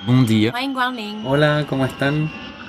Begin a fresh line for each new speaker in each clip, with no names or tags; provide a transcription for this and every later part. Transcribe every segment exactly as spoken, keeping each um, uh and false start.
Bon dia.
Hola, ¿cómo están?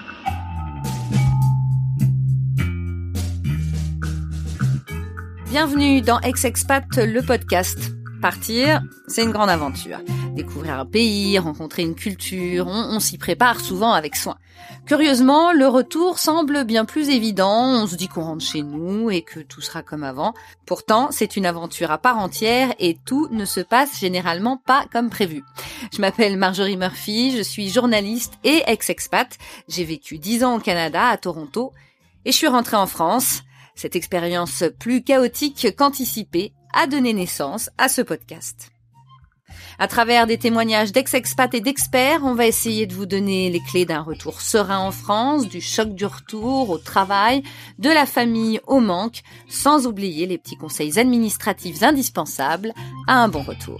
Bienvenue dans Ex-Expat, le podcast. Partir, c'est une grande aventure. Découvrir un pays, rencontrer une culture, on, on s'y prépare souvent avec soin. Curieusement, le retour semble bien plus évident, on se dit qu'on rentre chez nous et que tout sera comme avant. Pourtant, c'est une aventure à part entière et tout ne se passe généralement pas comme prévu. Je m'appelle Marjorie Murphy, je suis journaliste et ex-expat. J'ai vécu dix ans au Canada, à Toronto, et je suis rentrée en France. Cette expérience plus chaotique qu'anticipée a donné naissance à ce podcast. À travers des témoignages d'ex-expats et d'experts, on va essayer de vous donner les clés d'un retour serein en France, du choc du retour au travail, de la famille au manque, sans oublier les petits conseils administratifs indispensables à un bon retour.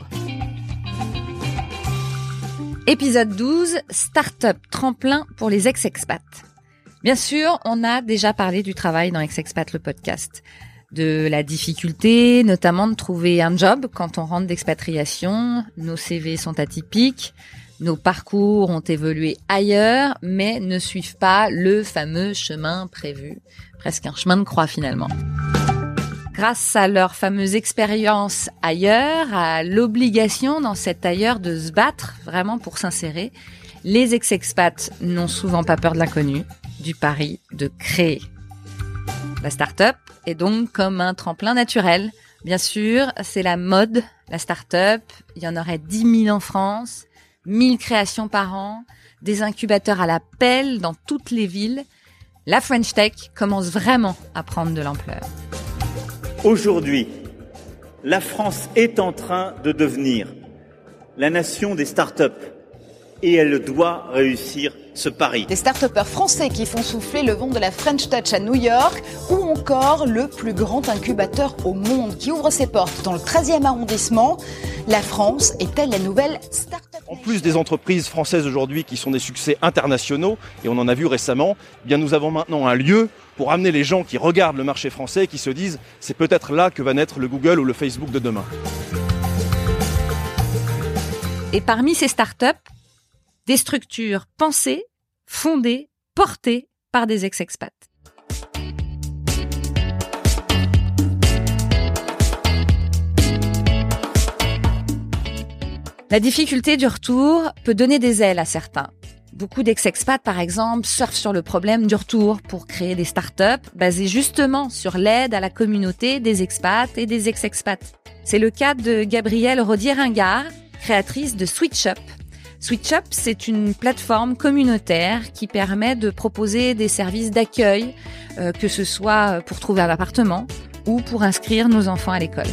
Épisode douze, Start-up tremplin pour les ex-expats. Bien sûr, on a déjà parlé du travail dans Ex-Expat, le podcast. De la difficulté, notamment de trouver un job quand on rentre d'expatriation. Nos C V sont atypiques, nos parcours ont évolué ailleurs, mais ne suivent pas le fameux chemin prévu. Presque un chemin de croix finalement. Grâce à leur fameuse expérience ailleurs, à l'obligation dans cet ailleurs de se battre vraiment pour s'insérer, les ex-expats n'ont souvent pas peur de l'inconnu, du pari de créer. La start-up est donc comme un tremplin naturel. Bien sûr, c'est la mode, la start-up. Il y en aurait dix mille en France, mille créations par an, des incubateurs à la pelle dans toutes les villes. La French Tech commence vraiment à prendre de l'ampleur.
Aujourd'hui, la France est en train de devenir la nation des start-up et elle doit réussir ce pari.
Des start-upers français qui font souffler le vent de la French Touch à New York ou encore le plus grand incubateur au monde qui ouvre ses portes dans le treizième arrondissement. La France est-elle la nouvelle start-up?
En plus des entreprises françaises aujourd'hui qui sont des succès internationaux, et on en a vu récemment, eh bien nous avons maintenant un lieu pour amener les gens qui regardent le marché français et qui se disent c'est peut-être là que va naître le Google ou le Facebook de demain.
Et parmi ces start-up, des structures pensées, fondées, portées par des ex-expats. La difficulté du retour peut donner des ailes à certains. Beaucoup d'ex-expats, par exemple, surfent sur le problème du retour pour créer des start-up basées justement sur l'aide à la communauté des expats et des ex-expats. C'est le cas de Gabrielle Rodier-Ringard, créatrice de SwitchUp. SwitchUp, c'est une plateforme communautaire qui permet de proposer des services d'accueil, euh, que ce soit pour trouver un appartement ou pour inscrire nos enfants à l'école.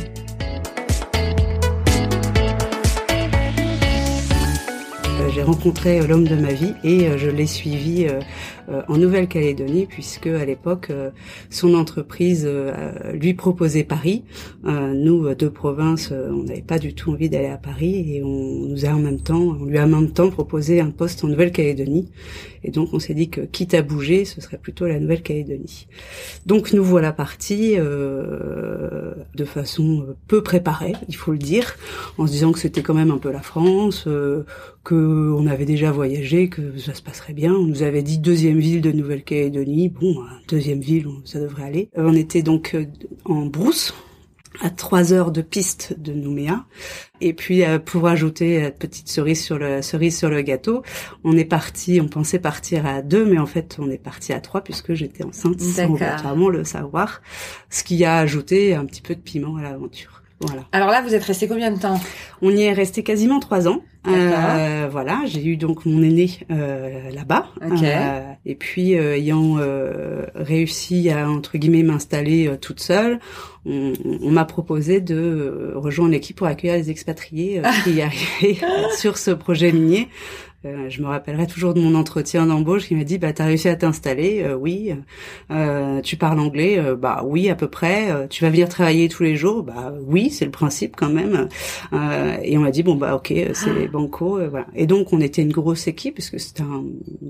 J'ai rencontré l'homme de ma vie et je l'ai suivi en Nouvelle-Calédonie puisque à l'époque son entreprise lui proposait Paris. Nous, de province, on n'avait pas du tout envie d'aller à Paris et on nous a en même temps, on lui a en même temps proposé un poste en Nouvelle-Calédonie. Et donc on s'est dit que quitte à bouger, ce serait plutôt la Nouvelle-Calédonie. Donc nous voilà partis euh, de façon peu préparée, il faut le dire, en se disant que c'était quand même un peu la France, euh, que on avait déjà voyagé, que ça se passerait bien. On nous avait dit deuxième ville de Nouvelle-Calédonie. Bon, deuxième ville, ça devrait aller. Euh, on était donc en brousse, à trois heures de piste de Nouméa. Et puis, euh, pour ajouter la petite cerise sur le cerise sur le gâteau, on est parti, on pensait partir à deux, mais en fait, on est parti à trois puisque j'étais enceinte sans vraiment le savoir. Ce qui a ajouté un petit peu de piment à l'aventure. Voilà.
Alors là, vous êtes resté combien de temps?
On y est resté quasiment trois ans. Euh, voilà, j'ai eu donc mon aîné euh, là-bas.
Okay.
Euh, et puis, euh, ayant euh, réussi à, entre guillemets, m'installer euh, toute seule, on, on m'a proposé de euh, rejoindre l'équipe pour accueillir les expatriés euh, qui y arrivaient sur ce projet minier. Euh, je me rappellerai toujours de mon entretien d'embauche qui m'a dit bah t'as réussi à t'installer, euh, oui. Euh, tu parles anglais, euh, bah oui à peu près. Euh, tu vas venir travailler tous les jours, bah oui c'est le principe quand même. Euh, et on m'a dit bon bah ok c'est banco, euh, voilà. Et donc on était une grosse équipe parce que c'était un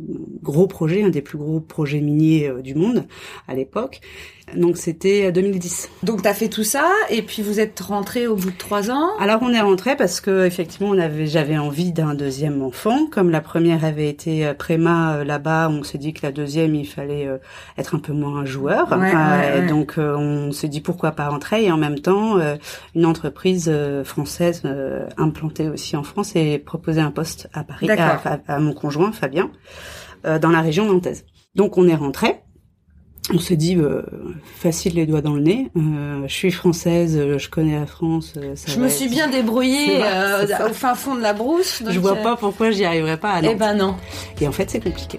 gros projet, un des plus gros projets miniers euh, du monde à l'époque. Donc c'était deux mille dix.
Donc t'as fait tout ça et puis vous êtes rentré au bout de trois ans.
Alors on est rentré parce que effectivement on avait, j'avais envie d'un deuxième enfant. Comme la première avait été préma euh, là-bas, on s'est dit que la deuxième il fallait euh, être un peu moins un joueur.
Ouais,
euh,
ouais, ouais.
Donc euh, on s'est dit pourquoi pas rentrer et en même temps euh, une entreprise euh, française euh, implantée aussi en France et proposé un poste à Paris à, à, à mon conjoint Fabien euh, dans la région nantaise. Donc on est rentré. On s'est dit euh, facile les doigts dans le nez. Euh, je suis française, je connais la France. Ça
je me suis
être...
bien débrouillée
vrai,
euh, au fin fond de la brousse.
Donc je vois euh... pas pourquoi j'y arriverais pas. À Nantes.
Eh ben non.
Et en fait, c'est compliqué.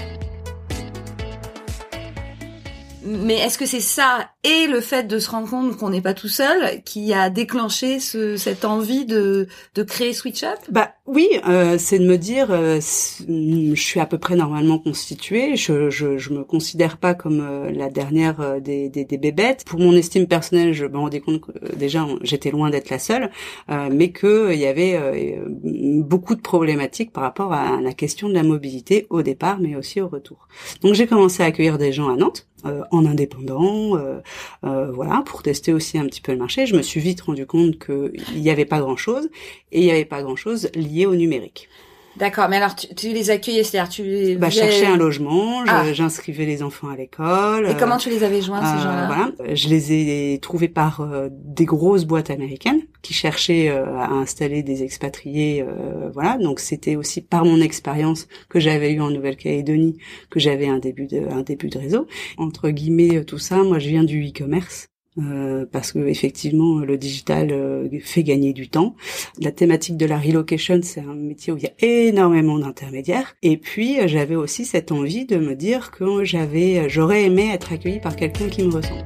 Mais est-ce que c'est ça et le fait de se rendre compte qu'on n'est pas tout seul qui a déclenché ce, cette envie de, de créer Switch Up ?
Bah oui, euh, c'est de me dire, euh, je suis à peu près normalement constituée. Je je, je me considère pas comme euh, la dernière euh, des, des des bébêtes. Pour mon estime personnelle, je me rendais compte que euh, déjà j'étais loin d'être la seule, euh, mais que il y avait euh, beaucoup de problématiques par rapport à la question de la mobilité au départ, mais aussi au retour. Donc j'ai commencé à accueillir des gens à Nantes. Euh, en indépendant, euh, euh, voilà, pour tester aussi un petit peu le marché. Je me suis vite rendu compte que il n'y avait pas grand-chose et il n'y avait pas grand-chose lié au numérique.
D'accord, mais alors tu, tu les accueillais, c'est-à-dire tu les...
Bah, cherchais un logement, je, ah. j'inscrivais les enfants à l'école.
Et comment tu les avais joints, euh, ces gens-là ?
Voilà, je les ai trouvés par euh, des grosses boîtes américaines qui cherchaient euh, à installer des expatriés, euh, voilà. Donc c'était aussi par mon expérience que j'avais eue en Nouvelle-Calédonie que j'avais un début de un début de réseau. Entre guillemets, tout ça, moi je viens du e-commerce. Euh, parce que effectivement le digital euh, fait gagner du temps. La thématique de la relocation, c'est un métier où il y a énormément d'intermédiaires. Et puis euh, j'avais aussi cette envie de me dire que j'avais, j'aurais aimé être accueillie par quelqu'un qui me ressemble.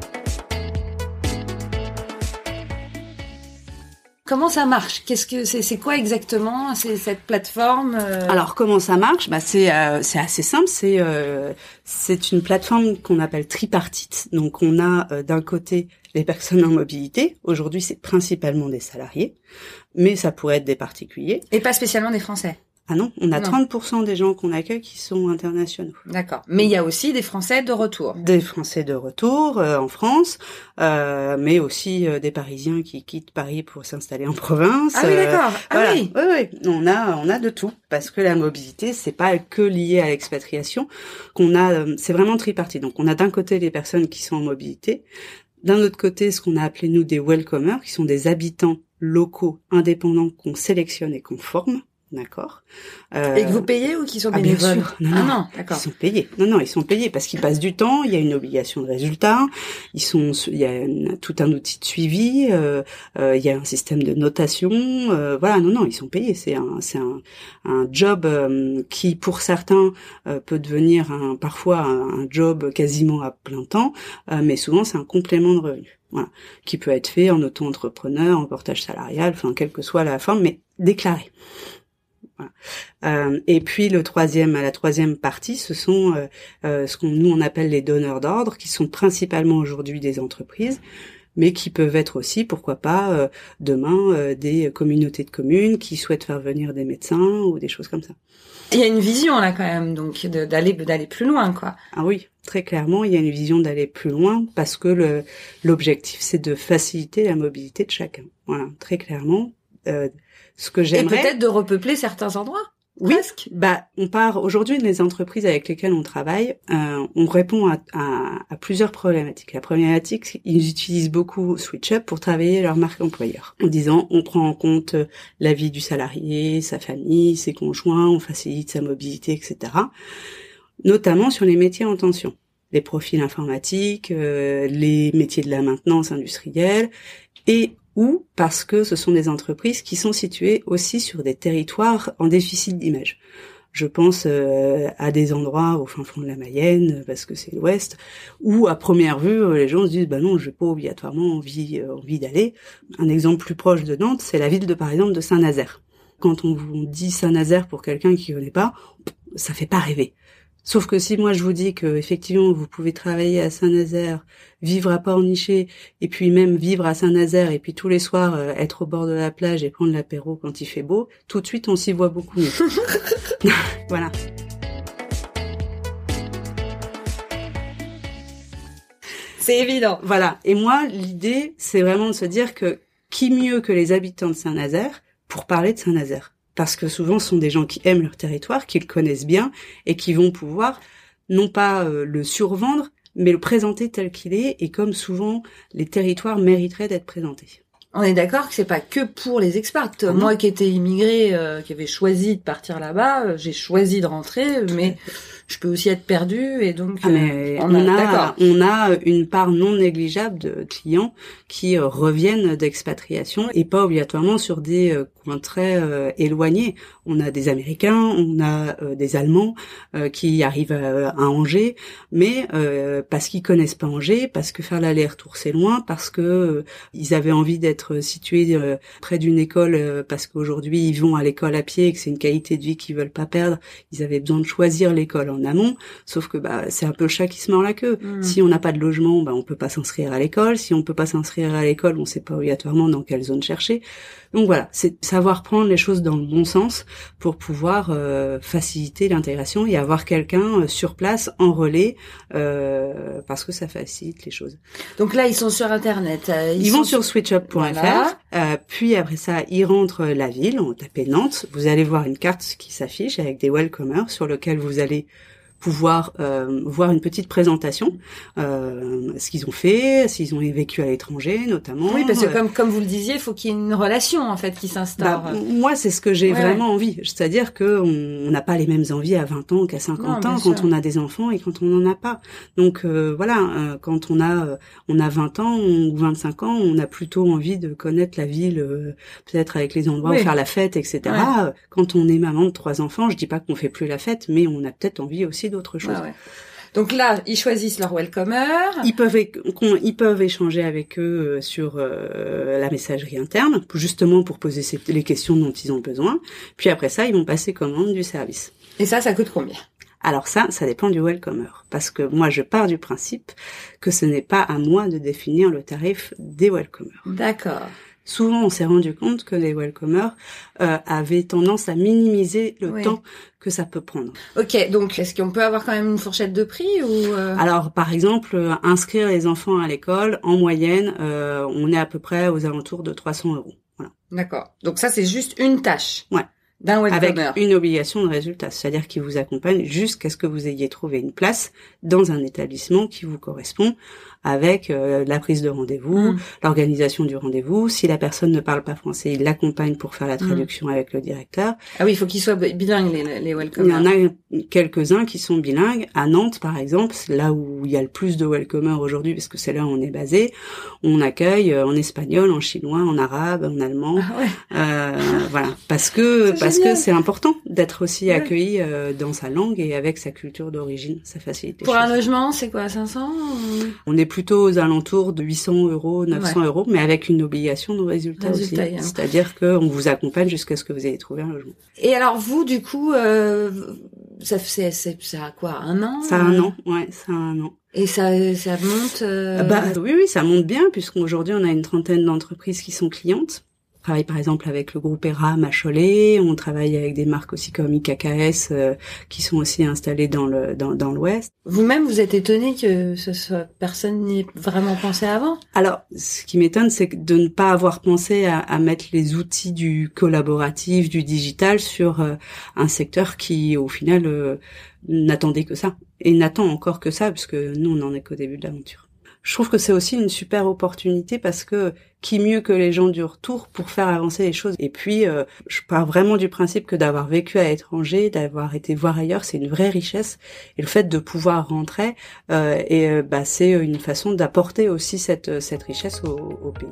Comment ça marche ? Qu'est-ce que c'est, c'est quoi exactement c'est cette plateforme euh...
Alors comment ça marche ? Bah c'est euh, c'est assez simple. C'est euh, c'est une plateforme qu'on appelle tripartite. Donc on a euh, d'un côté les personnes en mobilité. Aujourd'hui c'est principalement des salariés, mais ça pourrait être des particuliers.
Et pas spécialement des Français.
Ah non, on a
non.
trente pour cent des gens qu'on accueille qui sont internationaux.
D'accord. Mais il y a aussi des Français de retour.
Des Français de retour euh, en France, euh, mais aussi euh, des Parisiens qui quittent Paris pour s'installer en province.
Ah oui, d'accord.
Euh,
ah
voilà.
oui.
Oui, oui. On a, on a de tout parce que la mobilité, c'est pas que lié à l'expatriation. Qu'on a, euh, c'est vraiment tripartite. Donc, on a d'un côté les personnes qui sont en mobilité, d'un autre côté ce qu'on a appelé nous des welcomers, qui sont des habitants locaux indépendants qu'on sélectionne et qu'on forme. D'accord.
Euh... Et que vous payez ou qu'ils sont bénévoles ?
Ah, bien sûr. Non,
ah
non,
non, d'accord.
Ils sont payés. Non, non, ils sont payés parce qu'ils passent du temps. Il y a une obligation de résultat. Ils sont, il y a une, tout un outil de suivi. Euh, euh, il y a un système de notation. Euh, voilà, non, non, ils sont payés. C'est un, c'est un, un job euh, qui, pour certains, euh, peut devenir un, parfois un, un job quasiment à plein temps, euh, mais souvent c'est un complément de revenu. Voilà, qui peut être fait en auto-entrepreneur, en portage salarial, enfin quelle que soit la forme, mais déclaré. Voilà. Euh, et puis le troisième, la troisième partie, ce sont euh, euh, ce qu'on nous on appelle les donneurs d'ordre, qui sont principalement aujourd'hui des entreprises, mais qui peuvent être aussi, pourquoi pas, euh, demain euh, des communautés de communes qui souhaitent faire venir des médecins ou des choses comme ça.
Il y a une vision là quand même, donc de, d'aller d'aller plus loin, quoi.
Ah oui, très clairement, il y a une vision d'aller plus loin parce que le l'objectif c'est de faciliter la mobilité de chacun. Voilà, très clairement. Euh, ce que j'aimerais.
Et peut-être de repeupler certains endroits.
Oui,
presque.
Bah, on part aujourd'hui les entreprises avec lesquelles on travaille, euh, on répond à, à, à plusieurs problématiques. La problématique, c'est qu'ils utilisent beaucoup Switch Up pour travailler leur marque employeur, en disant on prend en compte la vie du salarié, sa famille, ses conjoints, on facilite sa mobilité, et cetera. Notamment sur les métiers en tension, les profils informatiques, euh, les métiers de la maintenance industrielle et ou parce que ce sont des entreprises qui sont situées aussi sur des territoires en déficit d'image. Je pense euh, à des endroits au fin fond de la Mayenne, parce que c'est l'Ouest, où à première vue, les gens se disent « bah non, j'ai pas obligatoirement envie, euh, envie d'aller ». Un exemple plus proche de Nantes, c'est la ville de, par exemple, de Saint-Nazaire. Quand on vous dit Saint-Nazaire pour quelqu'un qui connaît pas, ça fait pas rêver. Sauf que si moi je vous dis que effectivement vous pouvez travailler à Saint-Nazaire, vivre à Pornichet, et puis même vivre à Saint-Nazaire, et puis tous les soirs euh, être au bord de la plage et prendre l'apéro quand il fait beau, tout de suite on s'y voit beaucoup mieux. Voilà.
C'est évident.
Voilà. Et moi, l'idée, c'est vraiment de se dire que qui mieux que les habitants de Saint-Nazaire pour parler de Saint-Nazaire? Parce que souvent, ce sont des gens qui aiment leur territoire, qui le connaissent bien et qui vont pouvoir non pas euh, le survendre, mais le présenter tel qu'il est. Et comme souvent, les territoires mériteraient d'être présentés.
On est d'accord que c'est pas que pour les expats. Ah Moi qui étais immigrée, euh, qui avait choisi de partir là-bas, euh, j'ai choisi de rentrer, mais je peux aussi être perdue et donc
ah, mais
euh,
on, on a, a on a une part non négligeable de clients qui euh, reviennent d'expatriation et pas obligatoirement sur des euh, coins très euh, éloignés. On a des Américains, on a euh, des Allemands euh, qui arrivent à, à Angers, mais euh, parce qu'ils connaissent pas Angers, parce que faire l'aller-retour c'est loin, parce que euh, ils avaient envie d'être situés euh, près d'une école, euh, parce qu'aujourd'hui ils vont à l'école à pied et que c'est une qualité de vie qu'ils veulent pas perdre. Ils avaient besoin de choisir l'école en amont, sauf que bah c'est un peu le chat qui se mord la queue. Mmh. Si on n'a pas de logement, bah on peut pas s'inscrire à l'école. Si on peut pas s'inscrire à l'école, on sait pas obligatoirement dans quelle zone chercher. Donc voilà, c'est savoir prendre les choses dans le bon sens pour pouvoir euh, faciliter l'intégration et avoir quelqu'un euh, sur place en relais euh, parce que ça facilite les choses.
Donc là, ils sont sur Internet. Euh,
ils, ils vont sur switchup point f r, voilà. euh, puis après ça, ils rentrent la ville, on tape Nantes, vous allez voir une carte qui s'affiche avec des welcomers sur lequel vous allez pouvoir euh, voir une petite présentation, euh, ce qu'ils ont fait, s'ils ont vécu à l'étranger notamment.
Oui, parce que comme comme vous le disiez, il faut qu'il y ait une relation en fait qui s'instaure. Bah,
moi, c'est ce que j'ai ouais, vraiment ouais. envie. C'est-à-dire que on n'a pas les mêmes envies à vingt ans qu'à cinquante non, ans quand sûr. On a des enfants et quand on n'en a pas. Donc euh, voilà, euh, quand on a euh, on a vingt ans ou vingt-cinq ans, on a plutôt envie de connaître la ville, euh, peut-être avec les endroits oui. où faire la fête, et cetera. Ouais. Quand on est maman de trois enfants, je dis pas qu'on fait plus la fête, mais on a peut-être envie aussi d'autres choses. Ah ouais.
Donc là, ils choisissent leur welcomer.
Ils peuvent, ils peuvent échanger avec eux sur euh, la messagerie interne, justement pour poser ces, les questions dont ils ont besoin. Puis après ça, ils vont passer commande du service.
Et ça, ça coûte combien ?
Alors ça, ça dépend du welcomer. Parce que moi, je pars du principe que ce n'est pas à moi de définir le tarif des welcomers.
D'accord.
Souvent, on s'est rendu compte que les welcomers euh, avaient tendance à minimiser le oui. temps que ça peut prendre.
Ok, donc est-ce qu'on peut avoir quand même une fourchette de prix ou euh...
Alors, par exemple, euh, inscrire les enfants à l'école, en moyenne, euh, on est à peu près aux alentours de trois cents euros. Voilà.
D'accord. Donc ça, c'est juste une tâche.
Ouais.
D'un welcomer.
Avec une obligation de résultat, c'est-à-dire qu'il vous accompagne jusqu'à ce que vous ayez trouvé une place dans un établissement qui vous correspond, avec euh, la prise de rendez-vous, mmh. l'organisation du rendez-vous. Si la personne ne parle pas français, il l'accompagne pour faire la traduction mmh. avec le directeur.
Ah oui, il faut qu'ils soient bilingues, les, les welcomers.
Il y en a quelques-uns qui sont bilingues. À Nantes, par exemple, c'est là où il y a le plus de welcomers aujourd'hui, parce que c'est là où on est basé. On accueille en espagnol, en chinois, en arabe, en allemand.
Ah ouais.
euh, voilà, parce que c'est parce génial. Que c'est important d'être aussi ouais. accueilli euh, dans sa langue et avec sa culture d'origine. Ça facilite les
Pour
choses.
Un logement, c'est quoi, cinq cents ou...
On est plutôt aux alentours de huit cents euros, neuf cents ouais. euros, mais avec une obligation de résultat, résultat aussi. Hein. C'est-à-dire qu'on vous accompagne jusqu'à ce que vous ayez trouvé un logement.
Et alors vous, du coup, euh, ça, c'est, c'est, ça a quoi, un an?
Ça a un an, ouais, ça a un an.
Et ça, ça monte euh...
Bah oui, oui, ça monte bien, puisqu'aujourd'hui on a une trentaine d'entreprises qui sont clientes. On travaille par exemple avec le groupe Eram à Cholet, on travaille avec des marques aussi comme I K K S euh, qui sont aussi installées dans le dans, dans l'Ouest.
Vous-même, vous êtes étonné que ce soit personne n'y ait vraiment pensé avant?
Alors, ce qui m'étonne, c'est de ne pas avoir pensé à, à mettre les outils du collaboratif, du digital sur euh, un secteur qui, au final, euh, n'attendait que ça. Et n'attend encore que ça, puisque nous, on n'en est qu'au début de l'aventure. Je trouve que c'est aussi une super opportunité parce que qui mieux que les gens du retour pour faire avancer les choses. Et puis, euh, je pars vraiment du principe que d'avoir vécu à l'étranger, d'avoir été voir ailleurs, c'est une vraie richesse. Et le fait de pouvoir rentrer, euh, et euh, bah, c'est une façon d'apporter aussi cette cette richesse au, au pays.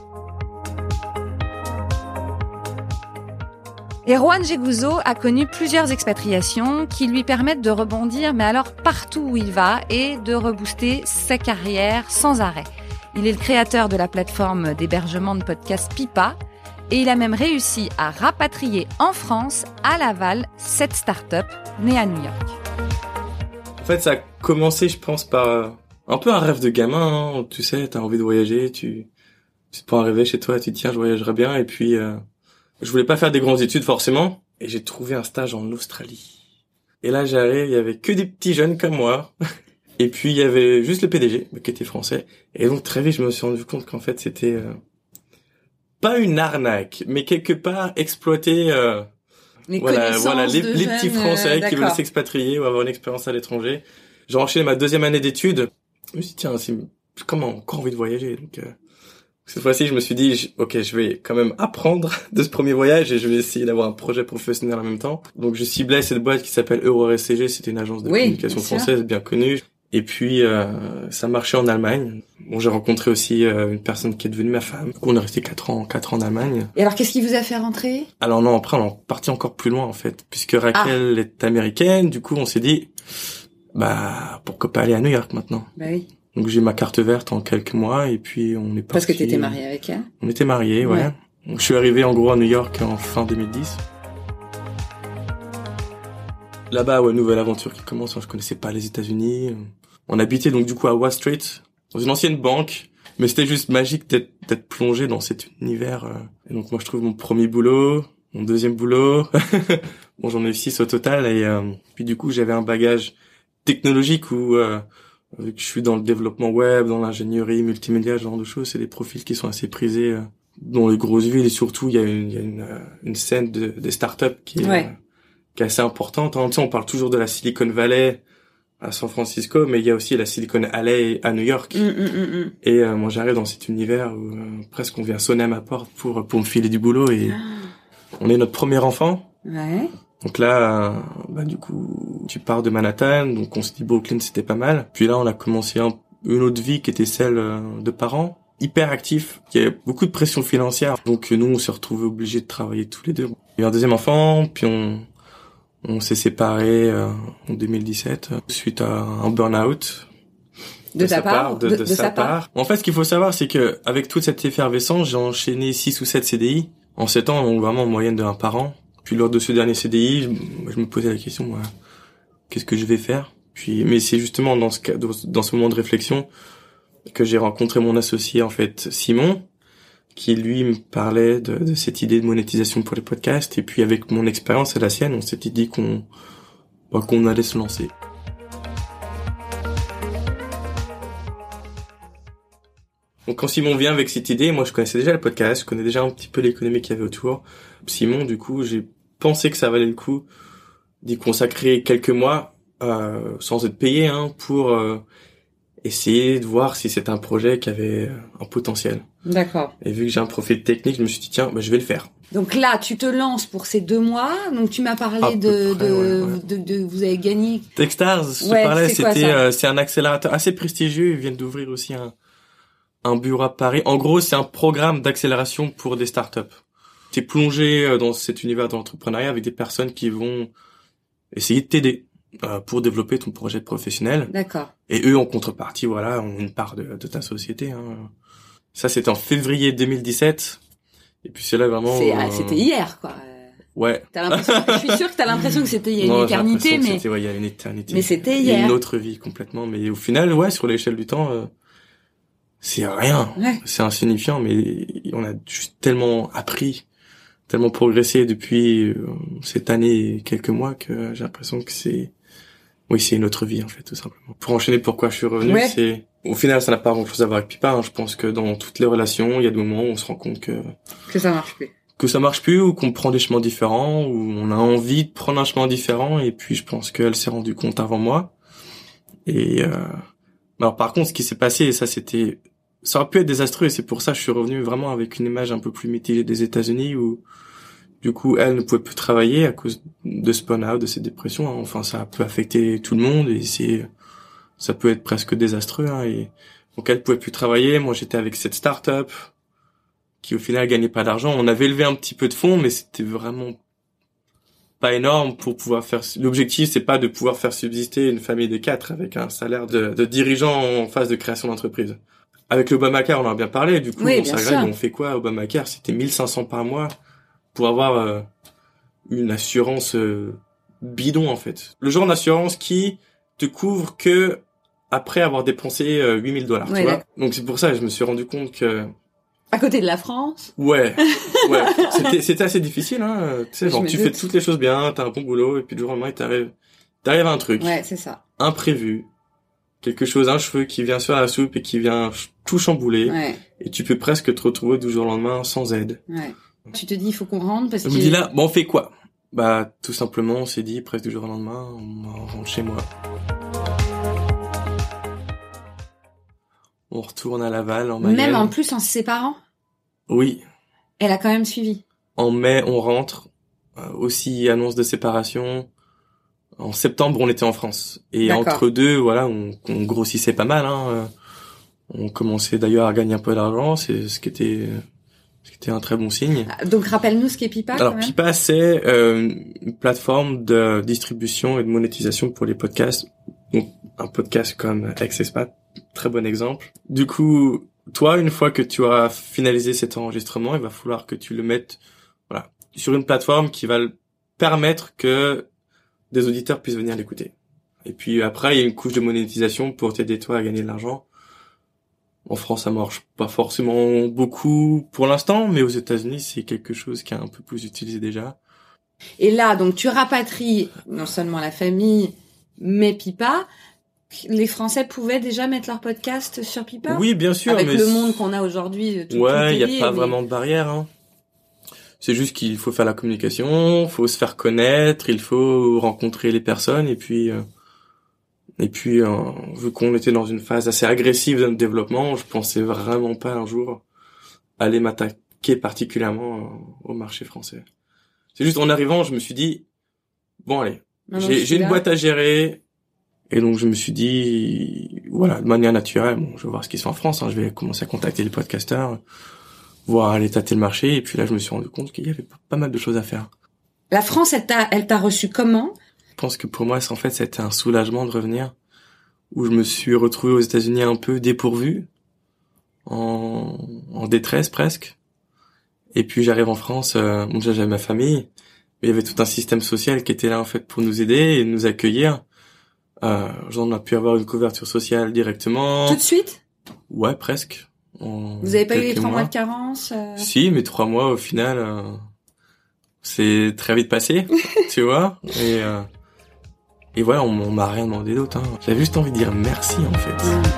Et Juan Jeguzo a connu plusieurs expatriations qui lui permettent de rebondir, mais alors partout où il va, et de rebooster sa carrière sans arrêt. Il est le créateur de la plateforme d'hébergement de podcasts Pipa, et il a même réussi à rapatrier en France, à Laval, cette start-up née à New York.
En fait, ça a commencé, je pense, par un peu un rêve de gamin. Hein. Tu sais, t'as envie de voyager, tu, tu te prends un réveil chez toi, tu te dis tiens, je voyagerai bien, et puis... Euh... Je voulais pas faire des grandes études forcément, et j'ai trouvé un stage en Australie. Et là j'arrive, il y avait que des petits jeunes comme moi, Et puis il y avait juste le P D G qui était français. Et donc très vite je me suis rendu compte qu'en fait c'était euh, pas une arnaque, mais quelque part exploiter euh,
les
voilà voilà les,
de
les
jeunes,
petits Français
euh,
qui veulent s'expatrier ou avoir une expérience à l'étranger. J'ai enchaîné ma deuxième année d'études. Je me suis dit tiens, c'est comment encore envie de voyager. Donc euh, cette fois-ci je me suis dit j- ok je vais quand même apprendre de ce premier voyage et je vais essayer d'avoir un projet professionnel en même temps. Donc je ciblais cette boîte qui s'appelle EuroRSCG, c'était une agence de
oui,
communication
bien sûr.
française bien connue. Et puis, euh, ça marchait en Allemagne. Bon, j'ai rencontré aussi euh, une personne qui est devenue ma femme. Du coup, on est resté quatre ans, quatre ans en Allemagne.
Et alors, qu'est-ce qui vous a fait rentrer?
Alors non, après, on est parti encore plus loin, en fait. Puisque Raquel ah. est américaine, du coup, on s'est dit, bah, pourquoi pas aller à New York maintenant?
Bah oui.
Donc, j'ai eu ma carte verte en quelques mois, et puis on est parti.
Parce que t'étais marié avec elle?
On était mariés, ouais. ouais. Donc, je suis arrivé, en gros, à New York en fin deux mille dix. Là-bas, ouais, nouvelle aventure qui commence. Je connaissais pas les États-Unis. On habitait donc du coup à Wall Street, dans une ancienne banque, mais c'était juste magique d'être, d'être plongé dans cet univers. Et donc moi je trouve mon premier boulot, mon deuxième boulot, bon j'en ai eu six au total, et euh, puis du coup j'avais un bagage technologique où euh, vu que je suis dans le développement web, dans l'ingénierie, multimédia, ce genre de choses, c'est des profils qui sont assez prisés euh, dans les grosses villes, et surtout il y a une, il y a une, euh, une scène de, des startups qui est,
ouais.
euh, qui est assez importante. En même temps on parle toujours de la Silicon Valley à San Francisco, mais il y a aussi la Silicon Alley à New York.
Mm, mm, mm.
Et euh, moi, j'arrive dans cet univers où euh, presque on vient sonner à ma porte pour pour me filer du boulot. Et ah. on est notre premier enfant.
Ouais.
Donc là, euh, bah du coup, tu pars de Manhattan, donc on se dit Brooklyn, c'était pas mal. Puis là, on a commencé un, une autre vie qui était celle euh, de parents, hyper actifs. Il y avait beaucoup de pression financière. Donc nous, on s'est retrouvés obligés de travailler tous les deux. Il y a eu un deuxième enfant, puis on... On s'est séparés euh, en deux mille dix-sept euh, suite à un burn-out
de, de ta part, part
de, de, de, de sa part. part. En fait, ce qu'il faut savoir, c'est que avec toute cette effervescence, j'ai enchaîné six ou sept C D I en sept ans, donc vraiment en moyenne de un par an. Puis lors de ce dernier C D I, je, je me posais la question, moi, qu'est-ce que je vais faire? Puis, mais c'est justement dans ce cas, dans ce moment de réflexion que j'ai rencontré mon associé en fait, Simon, qui lui me parlait de, de cette idée de monétisation pour les podcasts, et puis avec mon expérience et la sienne, on s'était dit qu'on bah, qu'on allait se lancer. Donc quand Simon vient avec cette idée, moi je connaissais déjà le podcast, je connais déjà un petit peu l'économie qu'il y avait autour. Simon, du coup, j'ai pensé que ça valait le coup d'y consacrer quelques mois euh, sans être payé, hein, pour euh, essayer de voir si c'était un projet qui avait un potentiel.
D'accord.
Et vu que j'ai un profil technique, je me suis dit tiens, bah, je vais le faire.
Donc là, tu te lances pour ces deux mois. Donc tu m'as parlé
à
de,
près,
de,
ouais, ouais.
de, de, de, vous avez gagné.
Techstars, je
ouais,
te parlais,
c'est
c'était,
quoi,
euh, c'est un accélérateur assez prestigieux. Ils viennent d'ouvrir aussi un, un bureau à Paris. En gros, c'est un programme d'accélération pour des startups. T'es plongé dans cet univers de l'entrepreneuriat avec des personnes qui vont essayer de t'aider euh, pour développer ton projet professionnel.
D'accord.
Et eux, en contrepartie, voilà, ont une part de, de ta société. Hein. Ça, c'était en février deux mille dix-sept. Et puis c'est là vraiment...
C'est,
euh...
C'était hier, quoi.
Ouais.
T'as l'impression, je suis sûre que t'as l'impression que c'était il y a une
non,
éternité, mais...
C'était, ouais, il y a une éternité.
Mais c'était hier.
Une autre vie, complètement. Mais au final, ouais, sur l'échelle du temps, euh, c'est rien.
Ouais.
C'est insignifiant, mais on a juste tellement appris, tellement progressé depuis euh, cette année et quelques mois que j'ai l'impression que c'est... Oui, c'est une autre vie, en fait, tout simplement. Pour enchaîner pourquoi je suis revenu, ouais. c'est... Au final, ça n'a pas grand-chose à voir avec Pipa. Hein. Je pense que dans toutes les relations, il y a des moments où on se rend compte que...
Que ça marche plus.
Que ça marche plus, ou qu'on prend des chemins différents, ou on a envie de prendre un chemin différent, et puis je pense qu'elle s'est rendue compte avant moi. Et... Euh... Alors par contre, ce qui s'est passé, et ça c'était... Ça aurait pu être désastreux, et c'est pour ça que je suis revenu vraiment avec une image un peu plus mitigée des États-Unis, où... Du coup, elle ne pouvait plus travailler à cause de ce burn-out, de cette dépression. Hein. Enfin, ça peut affecter tout le monde et c'est, ça peut être presque désastreux. Hein. Et donc, elle pouvait plus travailler. Moi, j'étais avec cette start-up qui, au final, gagnait pas d'argent. On avait levé un petit peu de fonds, mais c'était vraiment pas énorme pour pouvoir faire. L'objectif, c'est pas de pouvoir faire subsister une famille de quatre avec un salaire de, de dirigeant en phase de création d'entreprise. Avec l'Obamacare, on en a bien parlé. Du coup,
oui,
on s'agrège, on fait quoi? Obamacare, c'était mille cinq cents par mois. Pour avoir euh, une assurance euh, bidon en fait. Le genre d'assurance qui te couvre que après avoir dépensé euh, huit mille dollars,
ouais,
tu vois. Donc c'est pour ça que je me suis rendu compte que...
À côté de la France.
Ouais, ouais. C'était, c'était assez difficile, hein. Tu sais, genre tu doute. Fais toutes les choses bien, t'as un bon boulot, et puis du jour au lendemain, t'arrives, t'arrives à un truc.
Ouais, c'est ça.
Imprévu. quelque chose, un cheveu qui vient sur la soupe et qui vient tout chambouler.
Ouais.
Et tu peux presque te retrouver du jour au lendemain sans aide.
Ouais. Tu te dis, il faut qu'on rentre parce que...
Je me dis là, bon, on fait quoi? Bah, tout simplement, on s'est dit, presque du jour au lendemain, on rentre chez moi. On retourne à Laval, en Mayenne.
Même en plus en se séparant?
Oui.
Elle a quand même suivi.
En mai, on rentre. Euh, aussi, annonce de séparation. En septembre, on était en France. Et
D'accord.
entre deux, voilà, on, on grossissait pas mal. Hein. On commençait d'ailleurs à gagner un peu d'argent, c'est ce qui était, ce qui était un très bon signe.
Donc rappelle-nous ce qu'est Pipa.
Alors
quand même.
Pipa, c'est euh, une plateforme de distribution et de monétisation pour les podcasts. Donc un podcast comme Ex-Expat, très bon exemple. Du coup, toi, une fois que tu auras finalisé cet enregistrement, il va falloir que tu le mettes, voilà, sur une plateforme qui va permettre que des auditeurs puissent venir l'écouter. Et puis après, il y a une couche de monétisation pour t'aider toi à gagner de l'argent. En France, ça marche pas forcément beaucoup pour l'instant, mais aux États-Unis, c'est quelque chose qui est un peu plus utilisé déjà.
Et là, donc tu rapatries non seulement la famille, mais Pipa. Les Français pouvaient déjà mettre leur podcast sur Pipa?
Oui, bien sûr.
Avec
mais
le monde qu'on a aujourd'hui. Tout,
ouais, il y a
lié,
pas
mais...
vraiment de barrière. Hein. C'est juste qu'il faut faire la communication, faut se faire connaître, il faut rencontrer les personnes et puis euh, et puis euh, vu qu'on était dans une phase assez agressive de notre développement, je pensais vraiment pas un jour aller m'attaquer particulièrement euh, au marché français. C'est juste en arrivant, je me suis dit bon allez,
non,
j'ai,
non,
j'ai une
là.
boîte à gérer et donc je me suis dit voilà de manière naturelle, bon je vais voir ce qui se fait en France, hein, je vais commencer à contacter les podcasteurs, voir aller tâter le marché, et puis là je me suis rendu compte qu'il y avait pas mal de choses à faire.
La France, elle t'a, elle t'a reçu comment?
Je pense que pour moi, c'est en fait, c'était un soulagement de revenir, où je me suis retrouvé aux États-Unis un peu dépourvu, en, en détresse presque. Et puis j'arrive en France, euh, bon déjà j'avais ma famille, mais il y avait tout un système social qui était là en fait pour nous aider et nous accueillir. Euh, j'en ai pu avoir une couverture sociale directement.
Tout de suite?
Ouais, presque. En
Vous avez pas eu les
quelques
trois mois
mois
de carence? euh...
Si, mais trois mois au final, euh, c'est très vite passé, tu vois. Et euh, et voilà, on, on m'a rien demandé d'autre. Hein. J'avais juste envie de dire merci en fait.
Mmh.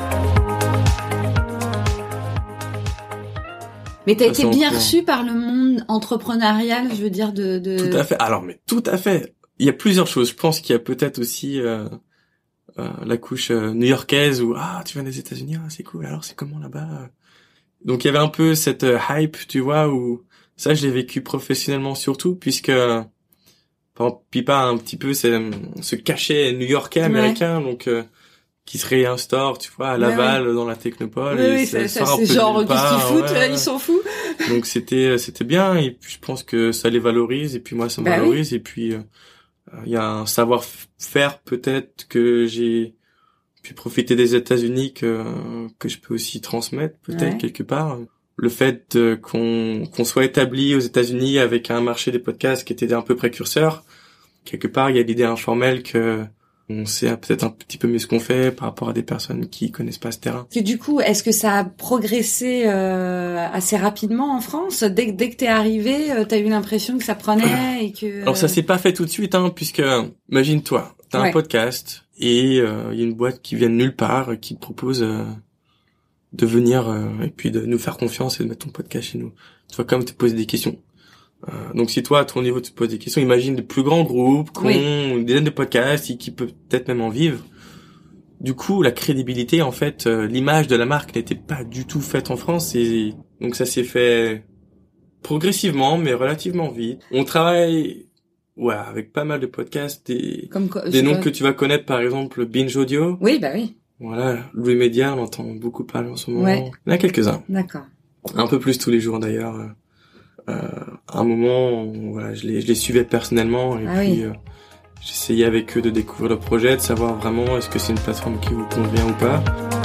Mais t'as
Ça,
été
c'est
bien
encore-
reçu par le monde entrepreneurial, je veux dire de. de...
Tout à fait. Alors, mais tout à fait. Il y a plusieurs choses. Je pense qu'il y a peut-être aussi euh, euh, la couche euh, new-yorkaise où ah tu viens des États-Unis, ah, c'est cool. Alors c'est comment là-bas? Donc il y avait un peu cette euh, hype, tu vois, où ça je l'ai vécu professionnellement surtout puisque par exemple, Pipa a un petit peu c'est, ce cachet new-yorkais américain, donc euh, qui se réinstaure, tu vois, à Laval,
Ouais, ouais.
dans la technopole.
Oui,
et
oui,
ça
ça, ça,
sort un
c'est
peu de
genre
nulle
qu'est-ce qu'ils
part,
foutent,
ouais,
là,
ouais.
ils s'en foutent.
Donc c'était c'était bien et puis je pense que ça les valorise et puis moi ça me
Bah
valorise et puis il euh, y a un savoir-faire peut-être que j'ai pu profiter des États-Unis que que je peux aussi transmettre peut-être
Ouais.
quelque part. Le fait de, qu'on qu'on soit établi aux États-Unis avec un marché des podcasts qui était un peu précurseur, quelque part il y a l'idée informelle que on sait peut-être un petit peu mieux ce qu'on fait par rapport à des personnes qui connaissent pas ce terrain.
Que du coup, est-ce que ça a progressé euh, assez rapidement en France? Dès que dès que t'es arrivé, euh, t'as eu l'impression que ça prenait et que.
Alors ça s'est pas fait tout de suite, hein, puisque imagine-toi, t'as
Ouais.
un podcast et il euh, y a une boîte qui vient de nulle part qui te propose euh, de venir euh, et puis de nous faire confiance et de mettre ton podcast chez nous. Tu vas quand même te poser des questions. Euh, donc si toi à ton niveau tu te poses des questions, imagine des plus grands groupes qui ont
Oui.
une dizaine de podcasts et qui peuvent peut-être même en vivre. Du coup, la crédibilité, en fait, euh, l'image de la marque n'était pas du tout faite en France et donc ça s'est fait progressivement mais relativement vite. On travaille ouais, avec pas mal de podcasts, des,
Comme quoi, je
des
sais
noms
pas.
que tu vas connaître par exemple Binge Audio.
Oui, bah oui,
Voilà, Louis Média, on entend beaucoup parler en ce moment.
Ouais.
Il y en a quelques-uns.
d'accord.
Un peu plus tous les jours d'ailleurs. Euh, à un moment, on- voilà, je les, je les suivais personnellement et
Ah
puis
oui.
euh, j'essayais avec eux de découvrir le projet, de savoir vraiment est-ce que c'est une plateforme qui vous convient ou pas.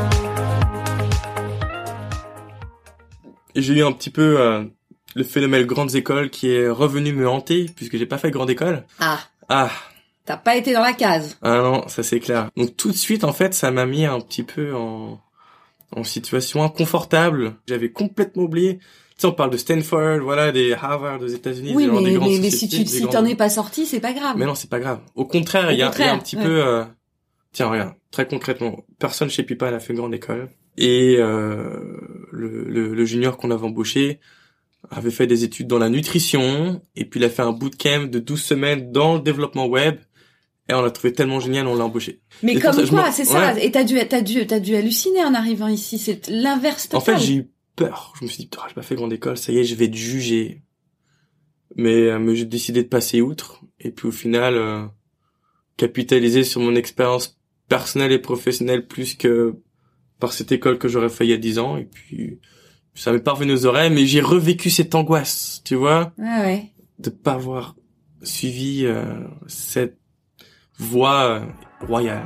Et j'ai eu un petit peu euh, le phénomène grandes écoles qui est revenu me hanter puisque j'ai pas fait de grande école.
Ah,
Ah,
t'as pas été dans la case.
ah non, ça c'est clair. Donc tout de suite, en fait, ça m'a mis un petit peu en, en situation inconfortable. J'avais complètement oublié. Tu sais, on parle de Stanford, voilà, des Harvard aux États-Unis,
Oui,
des, genre
mais,
des grandes
mais, mais si
sociétés,
tu
des
si
grandes-
t'en es pas sorti, c'est pas grave.
Mais non, c'est pas grave. Au contraire,
Au
il y a, il y a
contraire,
un petit
ouais.
peu, euh, Tiens, regarde, très concrètement, personne chez Pipa n'a fait une grande école. Et euh, le, le, le junior qu'on avait embauché avait fait des études dans la nutrition, et puis il a fait un bootcamp de douze semaines dans le développement web, et on l'a trouvé tellement génial, on l'a embauché.
Mais
et
comme
ça,
quoi,
m'en...
c'est ça,
ouais.
et t'as dû, t'as dû, t'as dû halluciner en arrivant ici, c'est l'inverse total.
En fait, j'ai eu peur, je me suis dit, putain, j'ai pas fait grande école, ça y est, je vais être jugé. Mais, euh, mais j'ai décidé de passer outre, et puis au final, euh, capitaliser sur mon expérience personnelle et professionnelle plus que par cette école que j'aurais fait il y a dix ans, et puis ça m'est pas revenu aux oreilles, mais j'ai revécu cette angoisse, tu vois,
ah ouais.
de pas avoir suivi euh, cette voie euh, royale.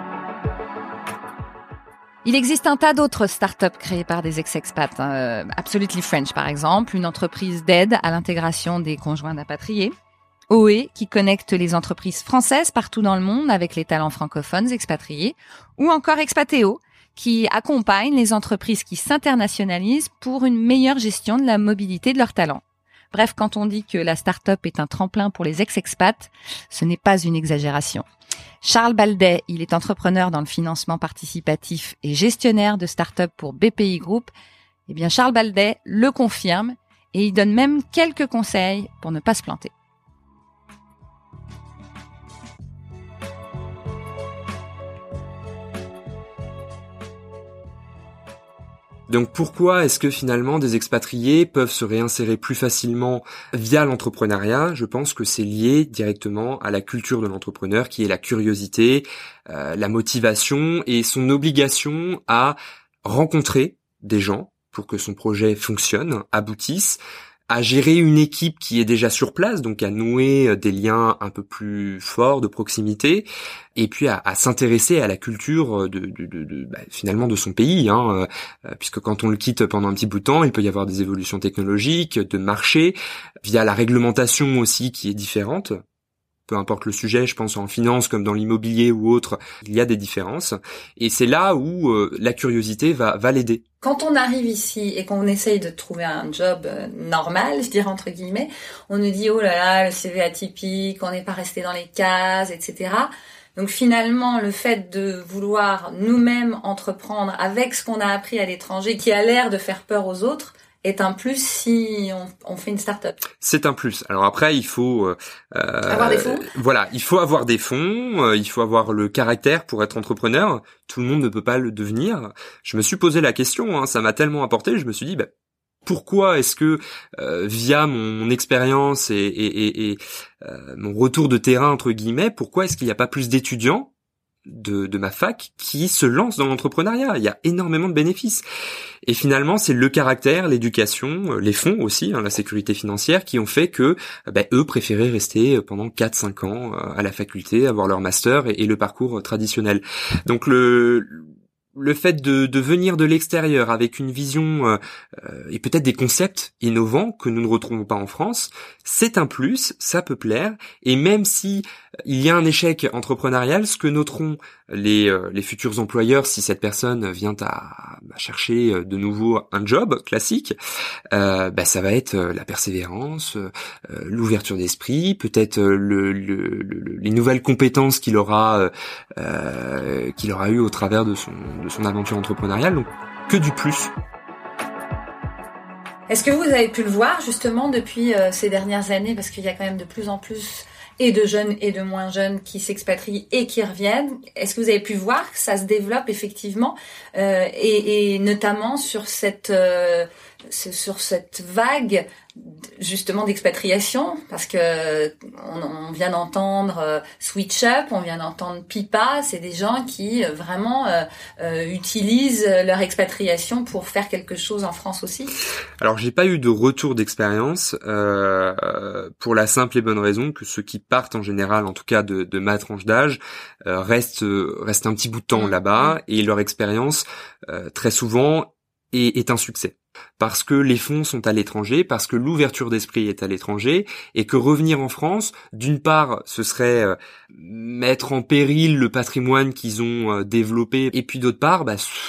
Il existe un tas d'autres startups créées par des ex-expats. Hein. Absolutely French, par exemple, une entreprise d'aide à l'intégration des conjoints d'apatriés. O E, qui connecte les entreprises françaises partout dans le monde avec les talents francophones expatriés. Ou encore Expatéo, qui accompagne les entreprises qui s'internationalisent pour une meilleure gestion de la mobilité de leurs talents. Bref, quand on dit que la start-up est un tremplin pour les ex-expats, ce n'est pas une exagération. Charles Baldet, il est entrepreneur dans le financement participatif et gestionnaire de start-up pour B P I Group. Eh bien, Charles Baldet le confirme et il donne même quelques conseils pour ne pas se planter.
Donc pourquoi est-ce que finalement des expatriés peuvent se réinsérer plus facilement via l'entrepreneuriat ? Je pense que c'est lié directement à la culture de l'entrepreneur qui est la curiosité, euh, la motivation et son obligation à rencontrer des gens pour que son projet fonctionne, aboutisse, à gérer une équipe qui est déjà sur place, donc à nouer des liens un peu plus forts de proximité, et puis à, à s'intéresser à la culture de, de, de, de bah, finalement de son pays, hein, euh, puisque quand on le quitte pendant un petit bout de temps, il peut y avoir des évolutions technologiques, de marché, via la réglementation aussi qui est différente. Peu importe le sujet, je pense en finance comme dans l'immobilier ou autre, il y a des différences. Et c'est là où euh, la curiosité va, va l'aider.
Quand on arrive ici et qu'on essaye de trouver un job euh, normal, je dirais entre guillemets, on nous dit « oh là là, le C V atypique, on n'est pas resté dans les cases, et cetera » Donc finalement, le fait de vouloir nous-mêmes entreprendre avec ce qu'on a appris à l'étranger, qui a l'air de faire peur aux autres, est un plus si on, on fait une start-up.
C'est un plus. Alors après, il faut euh,
avoir des fonds.
Voilà, il faut avoir des fonds, euh, il faut avoir le caractère pour être entrepreneur. Tout le monde ne peut pas le devenir. Je me suis posé la question, hein, ça m'a tellement apporté, je me suis dit, bah, pourquoi est-ce que euh, via mon, mon expérience et, et, et, et euh, mon retour de terrain entre guillemets, pourquoi est-ce qu'il n'y a pas plus d'étudiants de, de ma fac qui se lancent dans l'entrepreneuriat ? Il y a énormément de bénéfices. Et finalement, c'est le caractère, l'éducation, les fonds aussi, hein, la sécurité financière, qui ont fait que bah, eux préféraient rester pendant quatre cinq ans à la faculté, avoir leur master et, et le parcours traditionnel. Donc le le fait de, de venir de l'extérieur avec une vision euh, et peut-être des concepts innovants que nous ne retrouvons pas en France, c'est un plus, ça peut plaire. Et même si il y a un échec entrepreneurial, ce que noteront les, euh, les futurs employeurs si cette personne vient à, à chercher de nouveau un job classique, euh, bah, ça va être la persévérance, euh, l'ouverture d'esprit, peut-être le, le, le, les nouvelles compétences qu'il aura, euh, qu'il aura eu au travers de son de son aventure entrepreneuriale, donc que du plus.
Est-ce que vous avez pu le voir justement depuis euh, ces dernières années, parce qu'il y a quand même de plus en plus et de jeunes et de moins jeunes qui s'expatrient et qui reviennent. Est-ce que vous avez pu voir que ça se développe effectivement euh, et, et notamment sur cette euh, sur cette vague justement d'expatriation, parce que on, on vient d'entendre euh, Switch Up, on vient d'entendre Pipa, c'est des gens qui euh, vraiment euh, euh, utilisent leur expatriation pour faire quelque chose en France aussi.
Alors j'ai pas eu de retour d'expérience euh, pour la simple et bonne raison que ceux qui partent en général, en tout cas de, de ma tranche d'âge, euh, restent restent un petit bout de temps mmh. là-bas et leur expérience euh, très souvent est, est un succès. Parce que les fonds sont à l'étranger, parce que l'ouverture d'esprit est à l'étranger, et que revenir en France, d'une part, ce serait euh, mettre en péril le patrimoine qu'ils ont euh, développé, et puis d'autre part, bah,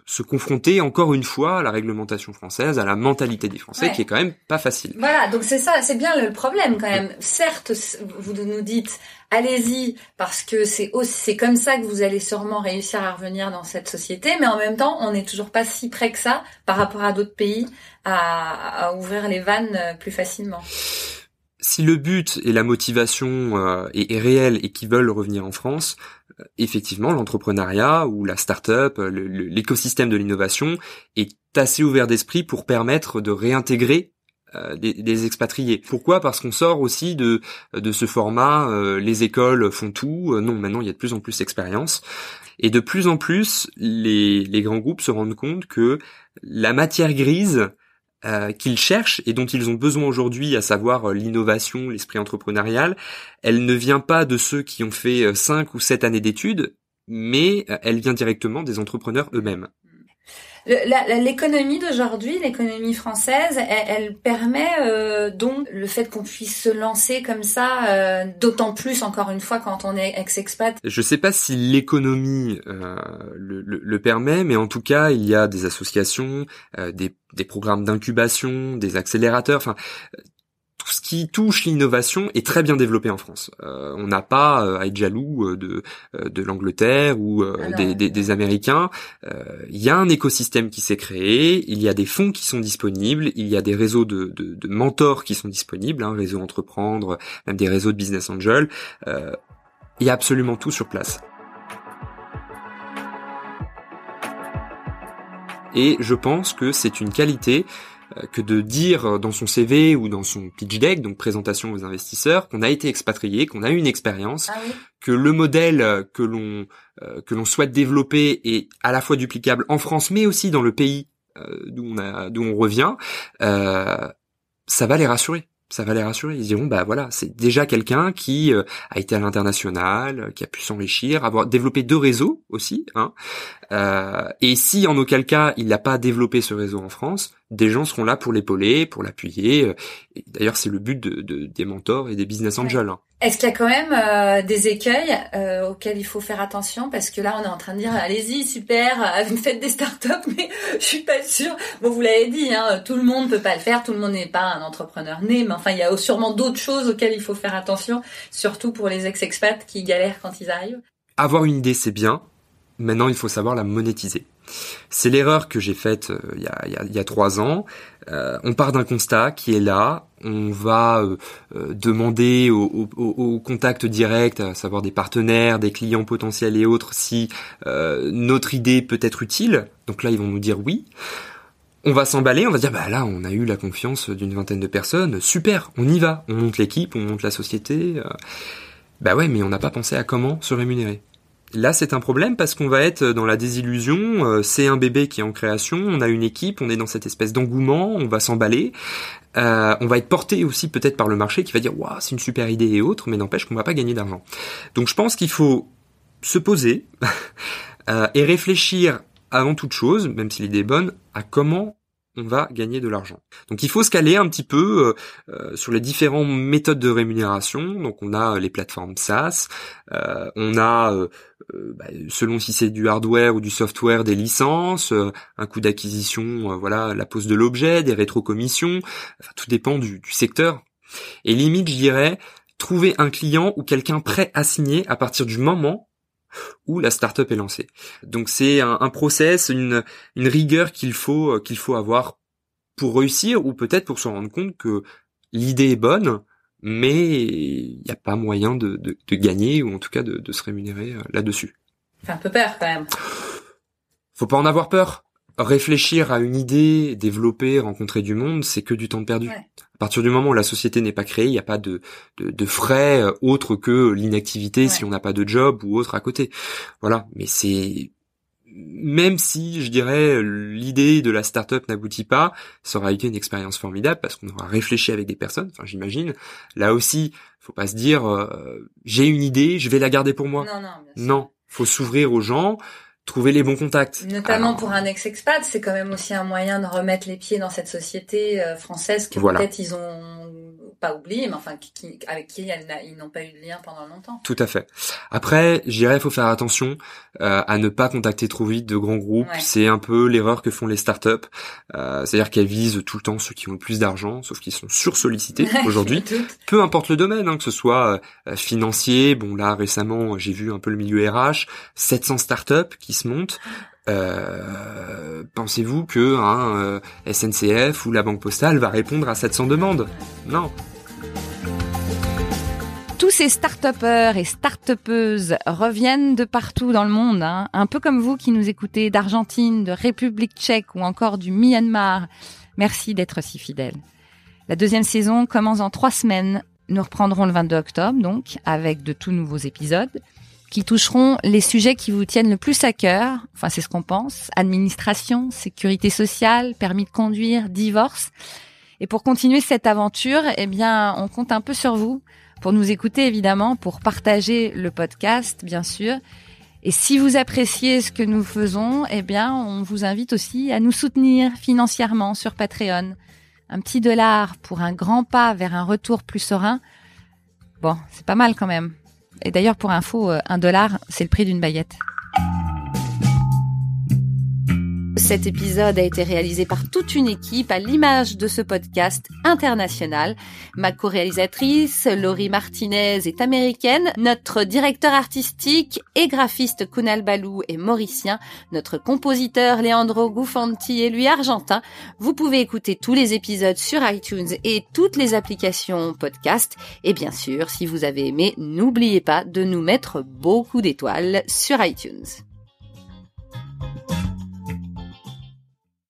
se confronter encore une fois à la réglementation française, à la mentalité des Français, ouais. qui est quand même pas facile.
Voilà, donc c'est ça, c'est bien le problème quand même. Certes, vous nous dites, allez-y, parce que c'est aussi, c'est comme ça que vous allez sûrement réussir à revenir dans cette société, mais en même temps, on n'est toujours pas si près que ça, par rapport à d'autres pays, à, à ouvrir les vannes plus facilement.
Si le but et la motivation euh, est, est réel et qu'ils veulent revenir en France, euh, effectivement, l'entrepreneuriat ou la start-up, le, le, l'écosystème de l'innovation est assez ouvert d'esprit pour permettre de réintégrer euh, des, des expatriés. Pourquoi ? Parce qu'on sort aussi de de ce format, euh, les écoles font tout. Euh, non, maintenant il y a de plus en plus d'expérience. Et de plus en plus, les, les grands groupes se rendent compte que la matière grise Euh, qu'ils cherchent et dont ils ont besoin aujourd'hui, à savoir euh, l'innovation, l'esprit entrepreneurial, elle ne vient pas de ceux qui ont fait euh, cinq ou sept années d'études, mais euh, elle vient directement des entrepreneurs eux-mêmes.
Le, la, l'économie d'aujourd'hui, l'économie française, elle, elle permet euh, donc le fait qu'on puisse se lancer comme ça, euh, d'autant plus encore une fois quand on est ex-expat.
Je sais pas si l'économie euh, le, le, le permet, mais en tout cas il y a des associations, euh, des, des programmes d'incubation, des accélérateurs, enfin tout ce qui touche l'innovation est très bien développé en France. Euh, on n'a pas euh, à être jaloux de de l'Angleterre ou euh, ah des, des, des Américains. Euh, il y a un écosystème qui s'est créé, il y a des fonds qui sont disponibles, il y a des réseaux de, de, de mentors qui sont disponibles, hein, réseau entreprendre, même des réseaux de business angel. Euh, il y a absolument tout sur place. Et je pense que c'est une qualité que de dire dans son C V ou dans son pitch deck, donc présentation aux investisseurs, qu'on a été expatrié, qu'on a eu une expérience, ah oui. que le modèle que l'on euh, que l'on souhaite développer est à la fois duplicable en France, mais aussi dans le pays euh, d'où on a d'où on revient. Euh, ça va les rassurer. Ça va les rassurer. Ils diront, bah voilà, c'est déjà quelqu'un qui euh, a été à l'international, qui a pu s'enrichir, avoir développé deux réseaux aussi. Hein. Euh, et si en aucun cas il n'a pas développé ce réseau en France, des gens seront là pour l'épauler, pour l'appuyer. Et d'ailleurs, c'est le but de, de, des mentors et des business angels. Ouais. Hein.
Est-ce qu'il y a quand même euh, des écueils euh, auxquels il faut faire attention ? Parce que là, on est en train de dire, allez-y, super, vous faites des startups, mais je suis pas sûre. Bon, vous l'avez dit, hein, tout le monde peut pas le faire, tout le monde n'est pas un entrepreneur né, mais enfin, il y a sûrement d'autres choses auxquelles il faut faire attention, surtout pour les ex-expats qui galèrent quand ils arrivent.
Avoir une idée, c'est bien. Maintenant, il faut savoir la monétiser. C'est l'erreur que j'ai faite euh, il y a, il y a, il y a trois ans. Euh, on part d'un constat qui est là. On va euh, euh, demander au, au, au contact direct, à savoir des partenaires, des clients potentiels et autres, si euh, notre idée peut être utile. Donc là, ils vont nous dire oui. On va s'emballer, on va dire, bah là, on a eu la confiance d'une vingtaine de personnes. Super, on y va. On monte l'équipe, on monte la société. Euh, bah ouais, mais on n'a pas pensé à comment se rémunérer. Là, c'est un problème parce qu'on va être dans la désillusion, euh, c'est un bébé qui est en création, on a une équipe, on est dans cette espèce d'engouement, on va s'emballer, euh, on va être porté aussi peut-être par le marché qui va dire « Waouh, c'est une super idée et autres », mais n'empêche qu'on va pas gagner d'argent. Donc je pense qu'il faut se poser euh, et réfléchir avant toute chose, même si l'idée est bonne, à comment on va gagner de l'argent. Donc il faut se caler un petit peu euh, euh, sur les différentes méthodes de rémunération. Donc on a les plateformes SaaS, euh, on a euh, euh, bah, selon si c'est du hardware ou du software des licences, euh, un coût d'acquisition, euh, voilà, la pose de l'objet, des rétrocommissions. Enfin, tout dépend du, du secteur. Et limite, je dirais, trouver un client ou quelqu'un prêt à signer à partir du moment où la start-up est lancée. Donc c'est un, un process, une, une rigueur qu'il faut qu'il faut avoir pour réussir ou peut-être pour se rendre compte que l'idée est bonne, mais il n'y a pas moyen de, de, de gagner ou en tout cas de, de se rémunérer là-dessus.
Fait un peu peur quand même.
Faut pas en avoir peur. Réfléchir à une idée, développer, rencontrer du monde, c'est que du temps de perdu. Ouais. À partir du moment où la société n'est pas créée, il n'y a pas de, de, de frais euh, autres que l'inactivité ouais. si on n'a pas de job ou autre à côté. Voilà. Mais c'est, même si, je dirais, l'idée de la start-up n'aboutit pas, ça aura été une expérience formidable parce qu'on aura réfléchi avec des personnes. Enfin, j'imagine. Là aussi, faut pas se dire, euh, j'ai une idée, je vais la garder pour moi.
Non, non, bien sûr.
Non. Faut s'ouvrir aux gens. trouver les bons contacts.
Notamment
Alors,
pour un ex-expat, c'est quand même aussi un moyen de remettre les pieds dans cette société euh, française que
voilà.
peut-être ils ont pas oublié, mais enfin qui, qui, avec qui ils n'ont pas eu de lien pendant longtemps.
Tout à fait. Après, je dirais, il faut faire attention euh, à ne pas contacter trop vite de grands groupes.
Ouais.
C'est un peu l'erreur que font les startups. Euh, c'est-à-dire qu'elles visent tout le temps ceux qui ont le plus d'argent, sauf qu'ils sont sursollicités aujourd'hui. Peu importe le domaine, hein, que ce soit euh, financier. Bon, là, récemment, j'ai vu un peu le milieu R H. sept cents startups qui se montent. Euh, pensez-vous que un euh, S N C F ou la Banque Postale va répondre à sept cents demandes? Non.
Tous ces start-upers et start-upeuses reviennent de partout dans le monde, hein. Un peu comme vous qui nous écoutez d'Argentine, de République tchèque ou encore du Myanmar. Merci d'être si fidèles. La deuxième saison commence dans trois semaines. Nous reprendrons le vingt-deux octobre, donc, avec de tout nouveaux épisodes qui toucheront les sujets qui vous tiennent le plus à cœur. Enfin, c'est ce qu'on pense. Administration, sécurité sociale, permis de conduire, divorce. Et pour continuer cette aventure, eh bien, on compte un peu sur vous pour nous écouter, évidemment, pour partager le podcast, bien sûr. Et si vous appréciez ce que nous faisons, eh bien, on vous invite aussi à nous soutenir financièrement sur Patreon. Un petit dollar pour un grand pas vers un retour plus serein. Bon, c'est pas mal quand même. Et d'ailleurs, pour info, un dollar, c'est le prix d'une baguette. Cet épisode a été réalisé par toute une équipe à l'image de ce podcast international. Ma co-réalisatrice, Laurie Martinez, est américaine. Notre directeur artistique et graphiste Kunal Balou est mauricien. Notre compositeur Leandro Gufanti est lui argentin. Vous pouvez écouter tous les épisodes sur iTunes et toutes les applications podcast. Et bien sûr, si vous avez aimé, n'oubliez pas de nous mettre beaucoup d'étoiles sur iTunes.